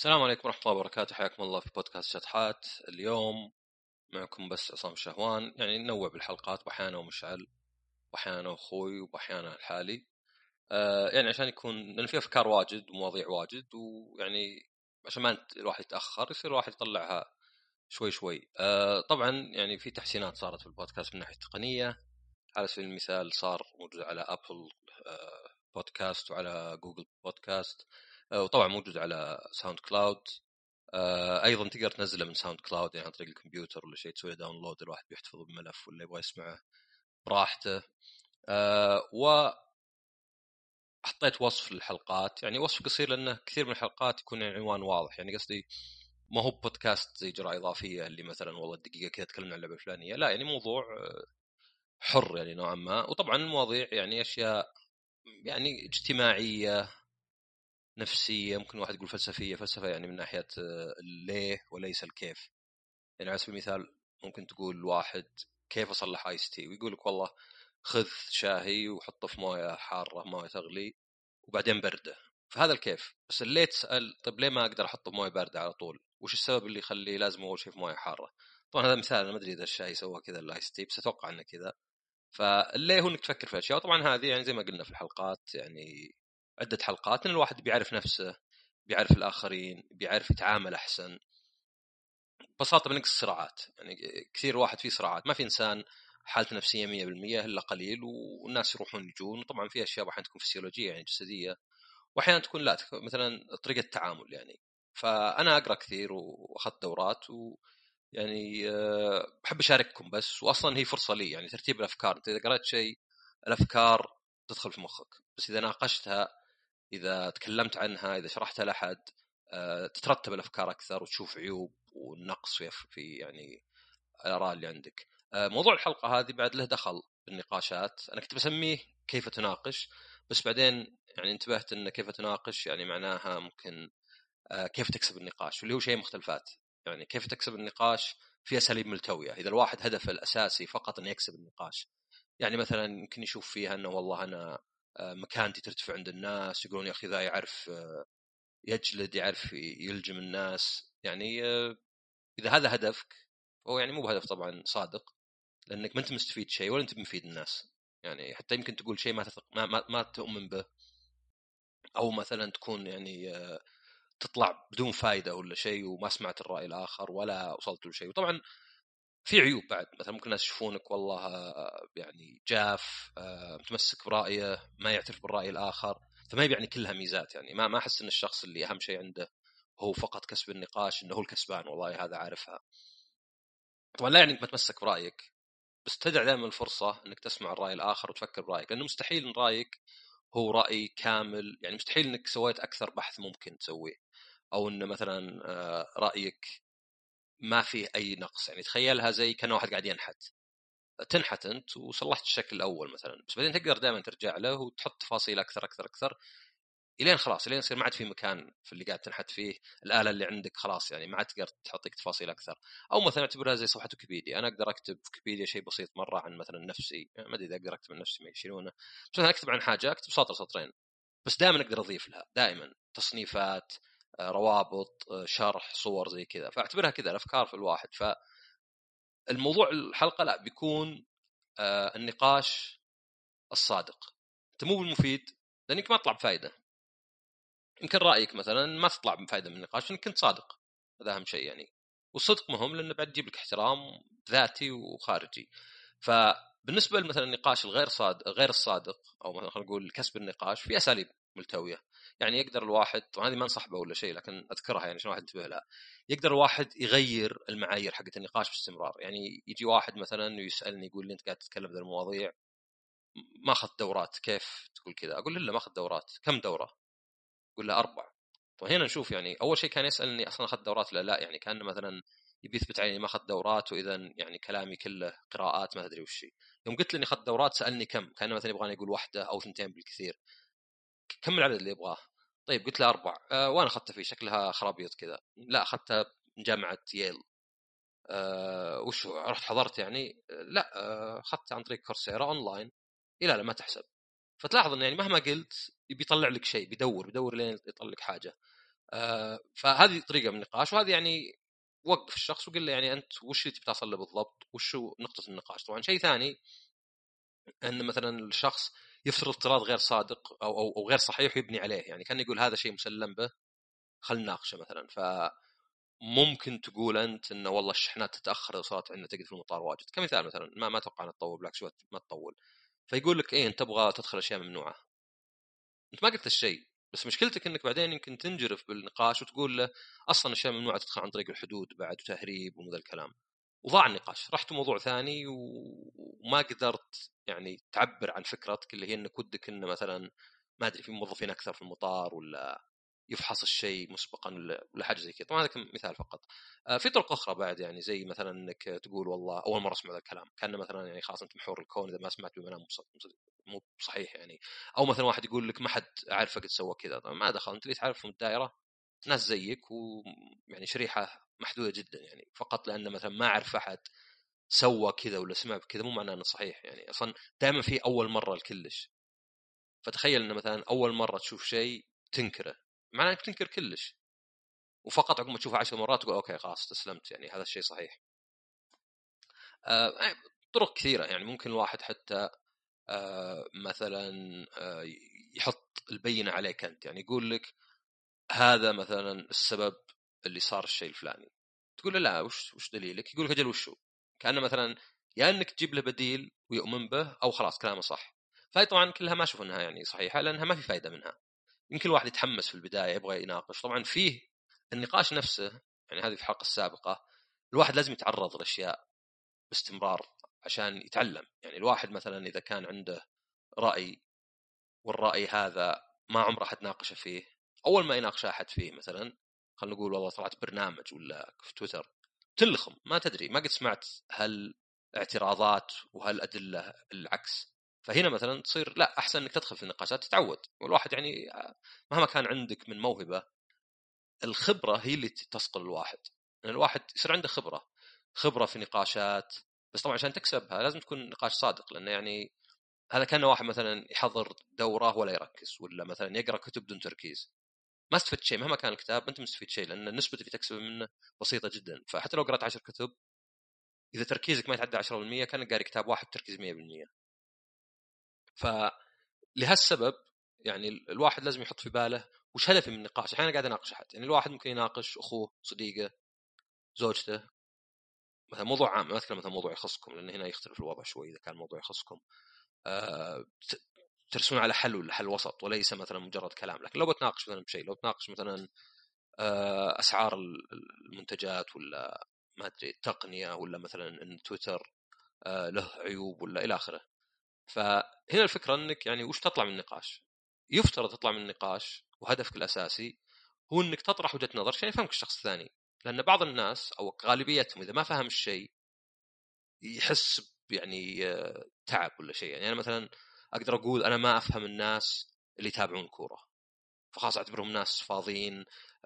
السلام عليكم ورحمة الله وبركاته. حياكم الله في بودكاست شطحات. اليوم معكم بس عصام شهوان، يعني ننوع بالحلقات، بأحيانا ومشعل وأحيانا أخوي وبأحيانا الحالي. يعني عشان يكون، لأن في أفكار واجد ومواضيع واجد، ويعني عشان ما الواحد يتأخر يصير الواحد يطلعها شوي شوي. طبعا يعني في تحسينات صارت في البودكاست من ناحية تقنية. على سبيل المثال صار موجود على أبل بودكاست وعلى جوجل بودكاست، وطبعا موجود على ساوند كلاود. ايضا تقدر تنزله من ساوند كلاود، يعني عن طريق الكمبيوتر ولا شيء، تسوي داونلود، الواحد بيحتفظ بملف ولا يبغى يسمعه براحته. وحطيت وصف للحلقات، يعني وصف قصير، لانه كثير من الحلقات يكون العنوان واضح. يعني قصدي ما هو بودكاست زي جرعة إضافية اللي مثلا والله دقيقة كذا تكلمنا عن اللعبة الفلانية، لا، يعني موضوع حر يعني نوعا ما. وطبعا المواضيع يعني أشياء يعني اجتماعية نفسية، ممكن واحد يقول فلسفية، فلسفة يعني من ناحية الليه وليس الكيف. يعني على سبيل المثال ممكن تقول واحد كيف أصلح آيس تي، ويقول لك والله خذ شاهي وحطه في موية حارة، موية تغلي وبعدين برده، فهذا الكيف. بس اللي تسأل طيب ليه ما أقدر أحطه في موية باردة على طول؟ وش السبب اللي يخليه لازم أول شيء في موية حارة؟ طبعا هذا مثال، أنا ما أدري إذا الشاي سوى كذا الآيس تي، بس أتوقع أنه كذا. فاللي هو إنك تفكر في أشياء. وطبعا هذه يعني زي ما قلنا في الحلقات، يعني عدة حلقات، إن الواحد بيعرف نفسه، بيعرف الآخرين، بيعرف يتعامل أحسن. ببساطة بنقص الصراعات. يعني كثير واحد فيه صراعات، ما في إنسان حالته نفسية 100% إلا قليل، والناس يروحون يجون. وطبعا في أشياء أحيانا تكون فسيولوجية يعني جسدية، وأحيانا تكون لا، مثلا طريقة تعامل يعني. فأنا أقرأ كثير وأخذت دورات، ويعني بحب أشارككم بس. وأصلا هي فرصة لي يعني ترتيب الأفكار. أنت إذا قرأت شيء الأفكار تدخل في مخك، بس إذا ناقشتها، إذا تكلمت عنها، إذا شرحتها لأحد، تترتب الأفكار أكثر، وتشوف عيوب والنقص في يعني الآراء اللي عندك. موضوع الحلقة هذه بعد له دخل بالنقاشات. أنا كنت بسميه كيف تناقش، بس بعدين يعني انتبهت أن كيف تناقش يعني معناها ممكن كيف تكسب النقاش، واللي هو شيء مختلفات. يعني كيف تكسب النقاش في أساليب ملتوية. إذا الواحد هدفه الأساسي فقط أن يكسب النقاش، يعني مثلا يمكن يشوف فيها أنه والله أنا مكانتي ترتفع عند الناس، يقولون يا أخي ذا يعرف يجلد، يعرف يلجم الناس. يعني إذا هذا هدفك، هو يعني مو بهدف طبعا صادق، لأنك ما أنت مستفيد شيء ولا أنت مفيد الناس. يعني حتى يمكن تقول شيء ما تثق، ما تؤمن به، أو مثلا تكون يعني تطلع بدون فائدة ولا شيء، وما سمعت الرأي الآخر ولا وصلت له شيء. وطبعا في عيوب بعد، مثلا ممكن الناس يشوفونك والله يعني جاف، متمسك برأيه، ما يعترف بالرأي الآخر. فما يعني كلها ميزات. يعني ما أحس أن الشخص اللي أهم شيء عنده هو فقط كسب النقاش انه هو الكسبان، والله هذا عارفها. طبعا لا يعني انك ما تمسك برايك، بس تدع دائما الفرصه انك تسمع الراي الاخر وتفكر برايك، لانه مستحيل ان رايك هو راي كامل. يعني مستحيل انك سويت اكثر بحث ممكن تسويه، او ان مثلا رايك ما فيه اي نقص. يعني تخيلها زي كان واحد قاعد تنحت انت وصلحت الشكل الاول مثلا، بس بعدين تقدر دائما ترجع له وتحط تفاصيل اكثر اكثر اكثر، الين خلاص، الين يصير ما عاد في مكان في اللي قاعد تنحت فيه. الاله اللي عندك خلاص يعني ما عاد تقدر تحطك تفاصيل اكثر. او مثلا اعتبرها زي صفحه ويكيبيديا. انا اقدر اكتب في ويكيبيديا شيء بسيط مره عن مثلا نفسي، يعني ما ادري اذا اقدر اكتب عن نفسي ما يشيلونه، بس مثلا اكتب عن حاجه، اكتب سطر سطرين، بس دائما اقدر اضيف لها دائما تصنيفات، روابط، شرح، صور زي كذا. فاعتبرها كذا الافكار في الواحد. فالموضوع الحلقه لا بيكون النقاش الصادق. انت مو بالمفيد لانك ما تطلع بفائده. يمكن رأيك مثلا ما تطلع بفائدة من النقاش إنك كنت صادق، هذا أهم شيء يعني. والصدق مهم لأنه بعد يجيب لك احترام ذاتي وخارجي. فبالنسبة مثلا النقاش غير الصادق، أو مثلا خلينا نقول كسب النقاش، في أساليب ملتوية. يعني يقدر الواحد، وهذه ما نصح به ولا شيء لكن أذكرها يعني عشان الواحد ينتبه لها، يقدر الواحد يغير المعايير حقت النقاش باستمرار. يعني يجي واحد مثلا ويسألني يقول لي أنت قاعد تتكلم ذا المواضيع، ما أخذت دورات، كيف تقول كذا؟ أقول له لا ما أخذت دورات. كم دورة؟ يقول له 4. وهنا نشوف يعني اول شيء كان يسالني اصلا اخذت دورات ولا لا، يعني كان مثلا يبي يثبت علي ما اخذت دورات، واذا يعني كلامي كله قراءات ما ادري وش. يوم قلت له اني اخذت دورات سالني كم، كان مثلا يبغاني اقول واحده او ثنتين بالكثير. كم العدد اللي يبغاه؟ طيب قلت له 4. وانا اخذتها فيه شكلها خرابيط كذا. لا اخذتها من جامعه ييل. وش رحت حضرت يعني؟ لا اخذت عن طريق كورسيرا اونلاين. لا ما تحسب. فتلاحظ انه يعني مهما قلت يبي يطلع لك شيء، بيدور لين يطلع لك حاجه. فهذه طريقه من النقاش، وهذه يعني وقف الشخص وقل له يعني انت وش اللي تبي تصل له بالضبط، وش نقطه النقاش. طبعا شيء ثاني ان مثلا الشخص يفترض افتراض غير صادق او غير صحيح ويبني عليه، يعني كان يقول هذا شيء مسلم به خلنا نناقشه مثلا. فممكن تقول انت انه والله الشحنات تتاخر اذا صارت عندنا تقعد في المطار واجد كمثال مثلا، ما اتوقع انها تطول، بالعكس ما تطول. فيقول لك ايه انت تبغى تدخل اشياء ممنوعه، انت ما قلت الشيء، بس مشكلتك انك بعدين يمكن تنجرف بالنقاش وتقول له اصلا اشياء ممنوعه تدخل عن طريق الحدود بعد وتهريب ومن ذا الكلام، وضاع النقاش، رحت موضوع ثاني وما قدرت يعني تعبر عن فكرتك اللي هي انك ودك انه مثلا ما ادري في موظفين اكثر في المطار، ولا يفحص الشيء مسبقا ولا حاجه زي كذا. طبعا هذا مثال فقط. في طرق اخرى بعد، يعني زي مثلا انك تقول والله اول مره اسمع هذا الكلام، كان مثلا يعني خلاص انت محور الكون اذا ما سمعت بمنام مو صحيح يعني. او مثلا واحد يقول لك ما حد عارفه قد سوى كذا، طبعا ما دخل، انت اللي تعرفهم الدائره ناس زيك، ويعني شريحه محدوده جدا يعني، فقط لان مثلا ما عرف احد سوى كذا ولا سمع بكذا مو معناه انه صحيح يعني. اصلا دائما في اول مره لكلش، فتخيل ان مثلا اول مره تشوف شيء تنكره معناه انك تنكر كلش، وفقط عقب ما تشوفه 10 مرات تقول اوكي خلاص استسلمت يعني هذا الشيء صحيح. طرق كثيره يعني، ممكن الواحد حتى مثلا يحط البينه عليك انت، يعني يقول لك هذا مثلا السبب اللي صار الشيء الفلاني، تقول له لا وش دليلك؟ يقول لك اجل وشو، كأنه مثلا يا انك تجيب له بديل ويؤمن به او خلاص كلامه صح. فهي طبعا كلها ما اشوف انها يعني صحيحه، لانها ما في فائده منها. يمكن الواحد يتحمس في البدايه يبغى يناقش، طبعا فيه النقاش نفسه، يعني هذه في الحلقه السابقه الواحد لازم يتعرض لاشياء باستمرار عشان يتعلم. يعني الواحد مثلا اذا كان عنده راي، والراي هذا ما عمره حد ناقشه فيه، اول ما يناقش احد فيه مثلا، خلينا نقول والله طلعت برنامج ولا في تويتر تلخم ما تدري ما قد سمعت هل اعتراضات وهل ادله العكس. فهنا مثلا تصير لا احسن انك تدخل في النقاشات تتعود. والواحد يعني مهما كان عندك من موهبه، الخبره هي اللي تصقل الواحد، يعني الواحد يصير عنده خبره في نقاشات. بس طبعا عشان تكسبها لازم تكون نقاش صادق، لانه يعني هذا كان واحد مثلا يحضر دوره ولا يركز، ولا مثلا يقرا كتب بدون تركيز، ما استفدت شيء. مهما كان الكتاب انت مستفيد شيء، لان نسبه اللي تكسبه منه بسيطه جدا. فحتى لو قرات 10 كتب اذا تركيزك ما يتعدى 10% كانك قاري كتاب واحد تركيز 100%. فلهالسبب يعني الواحد لازم يحط في باله وش هدفي من النقاش. الحين انا قاعد اناقش احد، يعني الواحد ممكن يناقش اخوه، صديقه، زوجته، مثلا موضوع عام، ما اتكلم مثلا موضوع يخصكم لان هنا يختلف الوضع شوي. اذا كان موضوع يخصكم آه ترسون على حل ولا حل وسط، وليس مثلا مجرد كلام. لكن لو بتناقش مثلا بشيء، لو بتناقش مثلا اسعار المنتجات، ولا ما ادري التقنيه، ولا مثلا ان تويتر له عيوب ولا الى اخره، فهنا الفكره انك يعني وش تطلع من النقاش. يفترض تطلع من النقاش وهدفك الاساسي هو انك تطرح وجهه نظر عشان يفهمك الشخص الثاني. لان بعض الناس او غالبيتهم اذا ما فهم الشيء يحس يعني تعب ولا شيء. يعني انا مثلا اقدر اقول انا ما افهم الناس اللي يتابعون كوره، فخلاص اعتبرهم ناس فاضيين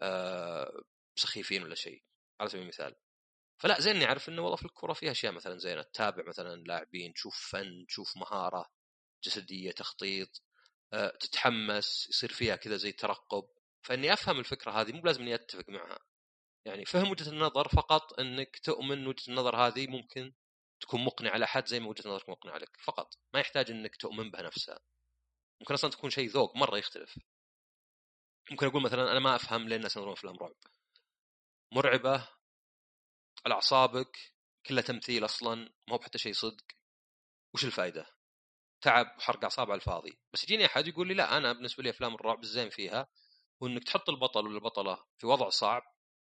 سخيفين ولا شيء على سبيل المثال. فلا زين اني اعرف انه والله في الكوره فيها اشياء مثلا زينه، تتابع مثلا لاعبين، تشوف فن، تشوف مهاره جسديه، تخطيط، تتحمس، يصير فيها كذا زي ترقب. فاني افهم الفكره هذه مو لازم اني اتفق معها، يعني فهم وجهه النظر فقط، انك تؤمن وجهه النظر هذه ممكن تكون مقنعه لأحد زي ما وجهه نظرك مقنعه لك، فقط ما يحتاج انك تؤمن بها نفسها. ممكن اصلا تكون شيء ذوق مره يختلف. ممكن اقول مثلا انا ما افهم ليه الناس ينظرون افلام رعب مرعبه على اعصابك، كلها تمثيل اصلا ما هو حتى شيء صدق، وش الفائده؟ تعب وحرق اعصاب على الفاضي. بس يجيني احد يقول لي لا انا بالنسبه لي افلام الرعب الزين فيها هو انك تحط البطل ولا البطله في وضع صعب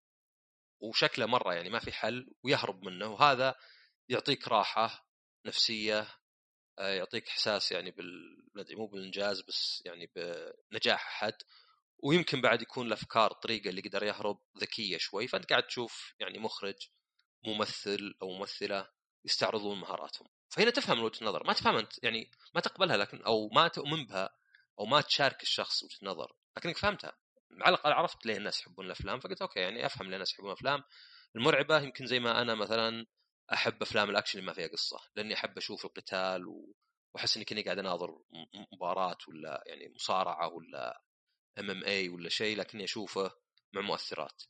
وشكله مره يعني ما في حل ويهرب منه، وهذا يعطيك راحه نفسيه، يعطيك احساس يعني مو بالانجاز بس يعني بنجاح احد. ويمكن بعد يكون الافكار الطريقه اللي قدر يهرب ذكيه شوي، فانت قاعد تشوف يعني مخرج، ممثل او ممثله يستعرضون مهاراتهم. فهنا تفهم وجهه النظر، ما تفهم انت يعني ما تقبلها لكن او ما تؤمن بها او ما تشارك الشخص وجهه النظر، لكنك فهمتها على الاقل، عرفت ليه الناس يحبون الافلام، فقلت اوكي يعني افهم ليه الناس يحبون الافلام المرعبه. يمكن زي ما انا مثلا احب افلام الاكشن اللي ما فيها قصه، لاني احب اشوف القتال واحس اني كني قاعد اناظر مباراه ولا يعني مصارعه ولا ام ام اي ولا شيء، لكني اشوفه مع مؤثرات.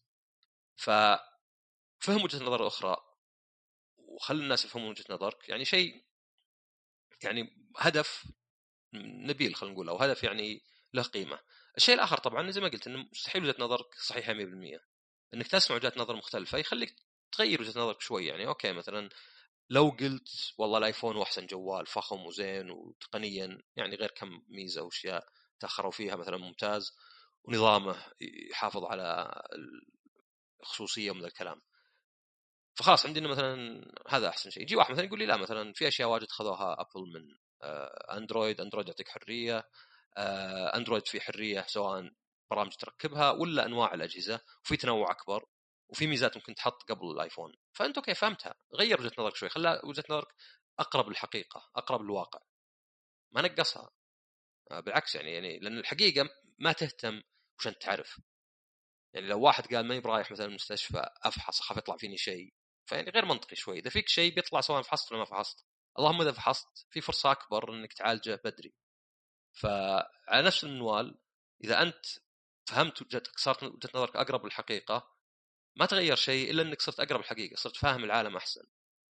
ففهم وجهة نظر أخرى وخل الناس يفهمون وجهة نظرك، يعني شيء يعني هدف نبيل خلينا نقول، أو هدف يعني له قيمة. الشيء الآخر طبعا زي ما قلت إنه مستحيل وجهة نظرك صحيحة 100%، إنك تسمع وجهات نظر مختلفة يخليك تغير وجهة نظرك شوي. يعني أوكي مثلا لو قلت والله الايفون هو احسن جوال، فخم وزين وتقنيا يعني غير كم ميزه واشياء تاخروا فيها مثلا ممتاز، ونظامه يحافظ على الخصوصيه ومن الكلام، فخلاص عندنا مثلا هذا احسن شيء. يجي واحد مثلا يقول لي لا، مثلا في اشياء واجد خذوها ابل من اندرويد يعطيك حريه، اندرويد فيه حريه سواء برامج تركبها ولا انواع الاجهزه، وفي تنوع اكبر، وفي ميزات ممكن تحط قبل الايفون. فانت اوكي فهمتها، غير وجهه نظرك شوي، خلى وجهه نظرك اقرب للحقيقه، اقرب للواقع، ما نقصها. بالعكس يعني لان الحقيقه ما تهتم وش انت تعرف. يعني لو واحد قال ماني برايح مثلا المستشفى افحص اخاف يطلع فيني شيء، فيعني غير منطقي شوي. اذا فيك شيء بيطلع سواء فحصت ولا ما فحصت، اللهم اذا فحصت في فرصه اكبر انك تعالجه بدري. فعلى نفس المنوال اذا انت فهمت وجهتك، صارت وجهه نظرك اقرب للحقيقه، ما تغير شيء الا انك صرت اقرب للحقيقه، صرت فاهم العالم احسن.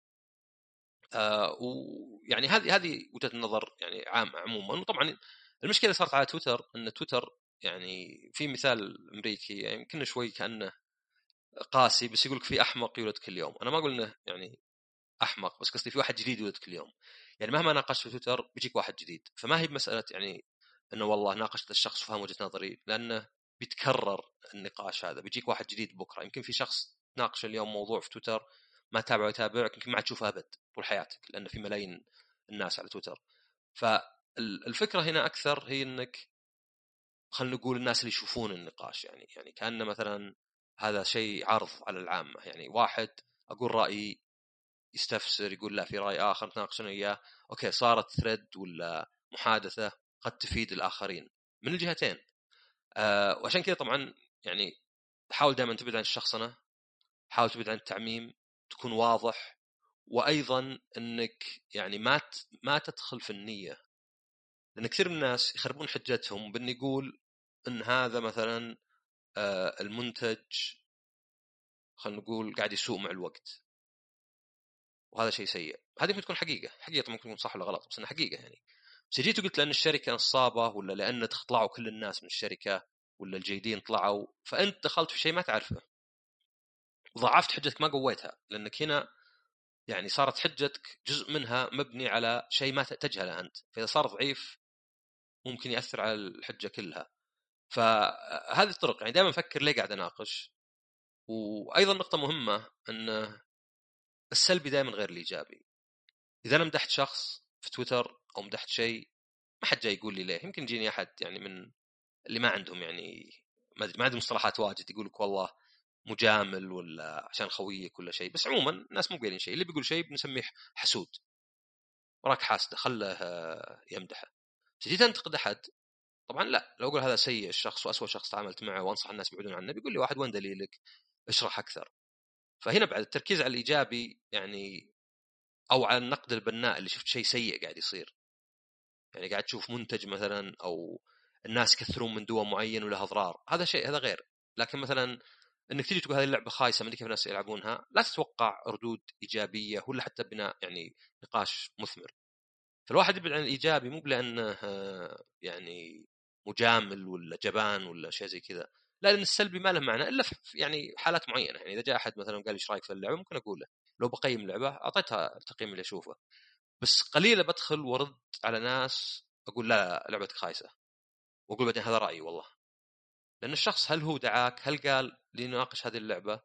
ويعني هذه وجهه النظر يعني عموما. وطبعا المشكله صارت على تويتر، ان تويتر يعني في مثال امريكي يعني يمكن شوي كانه قاسي، بس يقول لك في احمق يولد كل يوم. انا ما اقول انه يعني احمق، بس قصدي في واحد جديد يولد كل يوم. يعني مهما ناقشت في تويتر بيجيك واحد جديد، فما هي بمساله يعني انه والله ناقشت الشخص وفهم وجهه نظري، لانه بيتكرر النقاش هذا، بيجيك واحد جديد بكره. يمكن في شخص تناقش اليوم موضوع في تويتر ما تابعه يتابعك، يمكن ما تشوفه ابد طول حياتك، لان في ملايين الناس على تويتر. فالفكره هنا اكثر هي انك خلينا نقول الناس اللي يشوفون النقاش، يعني كأنه مثلا هذا شيء عرض على العامة. يعني واحد أقول رأيي يستفسر يقول لا في رأي آخر نتناقش أنا إياه، أوكي صارت ثريد ولا محادثة قد تفيد الآخرين من الجهتين. وعشان كذا طبعا يعني حاول دائما تبعد عن الشخصنة، حاول تبعد عن التعميم، تكون واضح. وأيضا أنك يعني ما تدخل في النية، لأن كثير من الناس يخربون حجتهم بأن يقول أن هذا مثلا المنتج خلينا نقول قاعد يسوء مع الوقت، وهذا شيء سيء. هذه ممكن تكون حقيقة ممكن تكون صح ولا غلط، بس انها حقيقة. يعني بس جيت وقلت لان الشركة نصابة، ولا لان طلعوا كل الناس من الشركة، ولا الجيدين طلعوا، فانت دخلت في شيء ما تعرفه وضعفت حجتك ما قويتها، لانك هنا يعني صارت حجتك جزء منها مبني على شيء ما تجهله انت، فاذا صار ضعيف ممكن ياثر على الحجة كلها. فهذه الطرق يعني دائما افكر ليه قاعد اناقش. وايضا نقطة مهمة ان السلبي دائما غير الايجابي. اذا انا مدحت شخص في تويتر او مدحت شيء، ما حد جاي يقول لي ليه. يمكن يجيني احد يعني من اللي ما عندهم يعني ما عندهم مصطلحات واجد يقول لك والله مجامل ولا عشان خويك ولا شيء، بس عموما الناس مو قايلين شيء. اللي بيقول شيء بنسميه حسود، وراك حاسده خله يمدحه. جيت انتقد احد، طبعا لا، لو اقول هذا سيء الشخص واسوأ شخص تعاملت معه وانصح الناس يبعدون عنه، بيقول لي واحد وين دليلك، اشرح اكثر. فهنا بعد التركيز على الايجابي يعني، او على النقد البناء اللي شفت شيء سيء قاعد يصير، يعني قاعد تشوف منتج مثلا او الناس يكثرون من دواء معين وله اضرار، هذا شيء هذا غير. لكن مثلا انك تيجي تقول هذه اللعبه خايسه، ما كيف الناس يلعبونها، لا تتوقع ردود ايجابيه ولا حتى بناء يعني نقاش مثمر. فالواحد يبعد عن الايجابي مو لانه يعني مجامل ولا جبان ولا شيء زي كذا، لا، لان السلبي ما له معنى الا في يعني حالات معينه. يعني اذا جاء احد مثلا قال ايش رايك في اللعبه، ممكن اقوله لو بقيم لعبه اعطيتها التقييم اللي اشوفه. بس قليله بدخل ورد على ناس اقول لا لعبتك خايسه، واقول بعدين هذا رايي والله. لان الشخص هل هو دعاك، هل قال لنناقش هذه اللعبه؟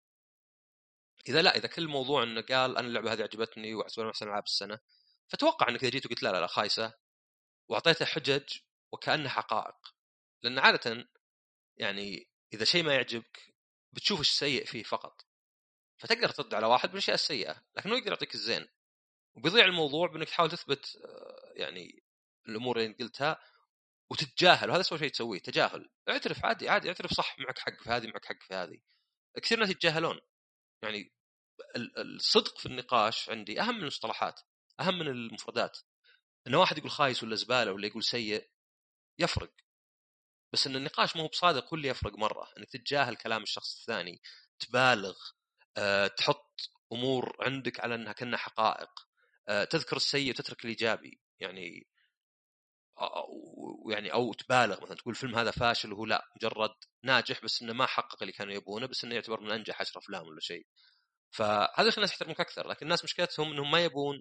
اذا لا، اذا كل موضوع انه قال انا اللعبه هذه عجبتني واحسبها من احسن العاب السنه، فتوقع انك اذا جيت وقلت لا خايسه واعطيته حجج وكانها حقائق. لان عاده يعني اذا شيء ما يعجبك بتشوف السيء فيه فقط، فتقدر ترد على واحد بالاشياء السيئه، لكنه يقدر يعطيك الزين. وبيضيع الموضوع بانك تحاول تثبت يعني الامور اللي قلتها وتتجاهل. وهذا سوى شيء تسويه تجاهل. اعترف عادي عادي، اعترف صح معك حق في هذه، معك حق في هذه. كثير ناس يتجاهلون. يعني الصدق في النقاش عندي اهم من المصطلحات، اهم من المفردات. ان واحد يقول خايس ولا زباله ولا يقول سيء يفرق. بس ان النقاش مو بصادق هو اللي يفرق مره، انك تتجاهل كلام الشخص الثاني، تبالغ، تحط امور عندك على انها كأنها حقائق، تذكر السيء وتترك الايجابي، يعني او تبالغ مثلا تقول الفيلم هذا فاشل وهو لا مجرد ناجح بس انه ما حقق اللي كانوا يبونه، بس انه يعتبر من انجح 10 افلام ولا شيء. فهذا يخلي الناس يحترموك اكثر. لكن الناس مشكلتهم انهم ما يبون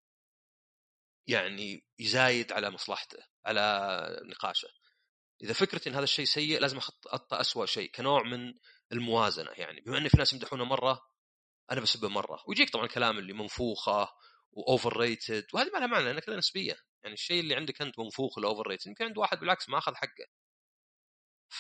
يعني يزايد على مصلحته على نقاشه. اذا فكرتي ان هذا الشيء سيء لازم اخط اسوء شيء كنوع من الموازنه، يعني بما ان في ناس يمدحونه مره انا بسبه مره، ويجيك طبعا الكلام اللي منفوخه واوفر ريتد، وهذه ما لها معنى لانها كلها نسبيه. يعني الشيء اللي عندك انت منفوخ ولا اوفر ريتد يمكن عند واحد بالعكس ما اخذ حقه. ف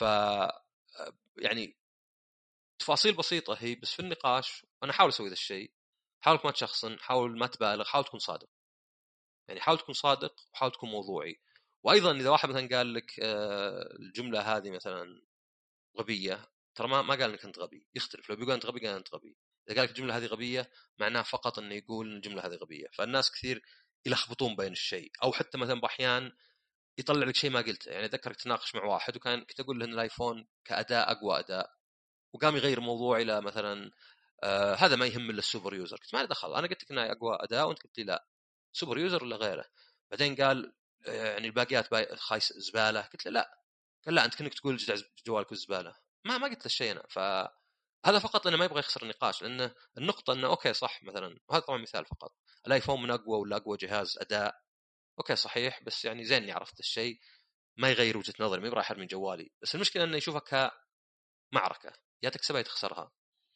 يعني تفاصيل بسيطه هي بس في النقاش انا احاول اسوي ذا الشيء. حاول ما تشخصن، حاول ما تبالغ، حاول تكون صادق. يعني حاول تكون صادق وحاول تكون موضوعي. وايضا اذا واحد مثلا قال لك الجمله هذه مثلا غبيه، ترى ما قال انك انت غبي، يختلف. لو بيقول انت غبي قال انت غبي. اذا قال لك الجمله هذه غبيه معناه فقط انه يقول ان الجمله هذه غبيه. فالناس كثير يلخبطون بين الشيء، او حتى مثلا باحيان يطلع لك شيء ما قلته. يعني ذكرك تناقش مع واحد وكان كنت اقول له ان الايفون كاداء اقوى اداء، وقام يغير موضوع الى مثلا هذا ما يهم الا السوبر يوزر. قلت ما لي دخل، انا قلت لك انه اقوى اداء وانت قلت لي لا، سوبر يوزر ولا غيره. بعدين قال يعني الباقيات خايس زباله. قلت له لا. قال لا انت كنك تقول جوالك الزباله. ما قلت له شيء انا. فهذا فقط لانه ما يبغى يخسر النقاش، لانه النقطه انه اوكي صح مثلا، وهذا طبعا مثال فقط، الايفون من اقوى ولا اقوى جهاز اداء، اوكي صحيح، بس يعني زين اني عرفت الشيء، ما يغير وجهه نظري، ما يبغى يحرم من جوالي. بس المشكله انه يشوفها كمعركه يا تكسبها يا تخسرها.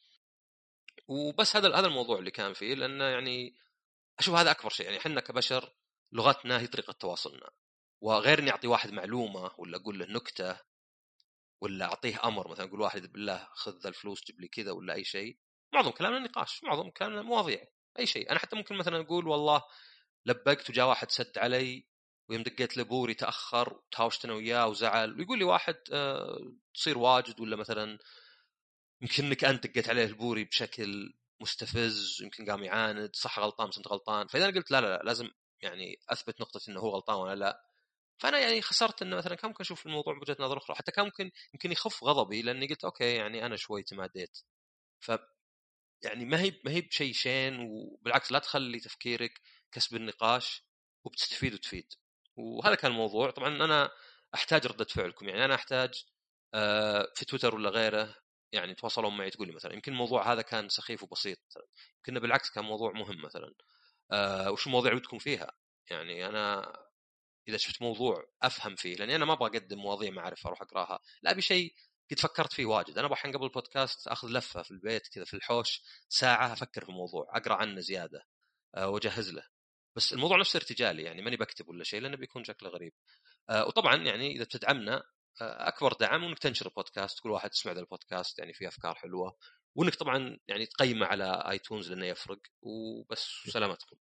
وبس هذا الموضوع اللي كان فيه. لانه يعني اشوف هذا اكبر شيء. يعني احنا كبشر لغتنا هي طريقه تواصلنا، وغير اني اعطي واحد معلومه ولا اقول له نكته ولا اعطيه امر، مثلا اقول واحد بالله خذ الفلوس جيب لي كذا ولا اي شيء، معظم كلامنا نقاش، معظم كلامنا مواضيع، اي شيء. انا حتى ممكن مثلا اقول والله لبقت وجاء واحد سد علي ويوم دقيت له بوري تاخر وتهاوشت انا وياه وزعل، ويقول لي واحد تصير واجد، ولا مثلا يمكن انك انت دقيت عليه البوري بشكل مستفز، يمكن قام يعاند، صح غلطان بس انت غلطان. فاذا انا قلت لا لازم يعني اثبت نقطه انه هو غلطان ولا لا، فانا يعني خسرت انه مثلا كان ممكن اشوف الموضوع بوجهه نظر اخرى. حتى كان ممكن يمكن يخف غضبي لاني قلت اوكي يعني انا شوي تماديت. ف يعني ما هي بشيء شين، وبالعكس لا تخلي تفكيرك كسب النقاش، وبتستفيد وتفيد. وهذا كان الموضوع. طبعا انا احتاج رده فعلكم، يعني انا احتاج في تويتر ولا غيره يعني تواصلون معي تقول لي مثلا يمكن الموضوع هذا كان سخيف وبسيط مثلا، يمكن بالعكس كان موضوع مهم مثلا، وش المواضيع ودكم فيها. يعني انا اذا شفت موضوع افهم فيه، لاني انا ما ابغى اقدم مواضيع ما اعرف اروح اقراها، لا ابي شيء قد فكرت فيه واجد. انا بحين قبل البودكاست اخذ لفه في البيت كذا في الحوش ساعه افكر في الموضوع، اقرا عنه زياده واجهز له. بس الموضوع نفسه ارتجالي، يعني ماني بكتب ولا شيء لانه بيكون شكله غريب. وطبعا يعني اذا بتدعمنا اكبر دعم انك تنشر البودكاست، كل واحد يسمع ذا البودكاست يعني فيه افكار حلوه، وانك طبعا يعني تقيمه على ايتونز لانه يفرق. وبس سلامتكم.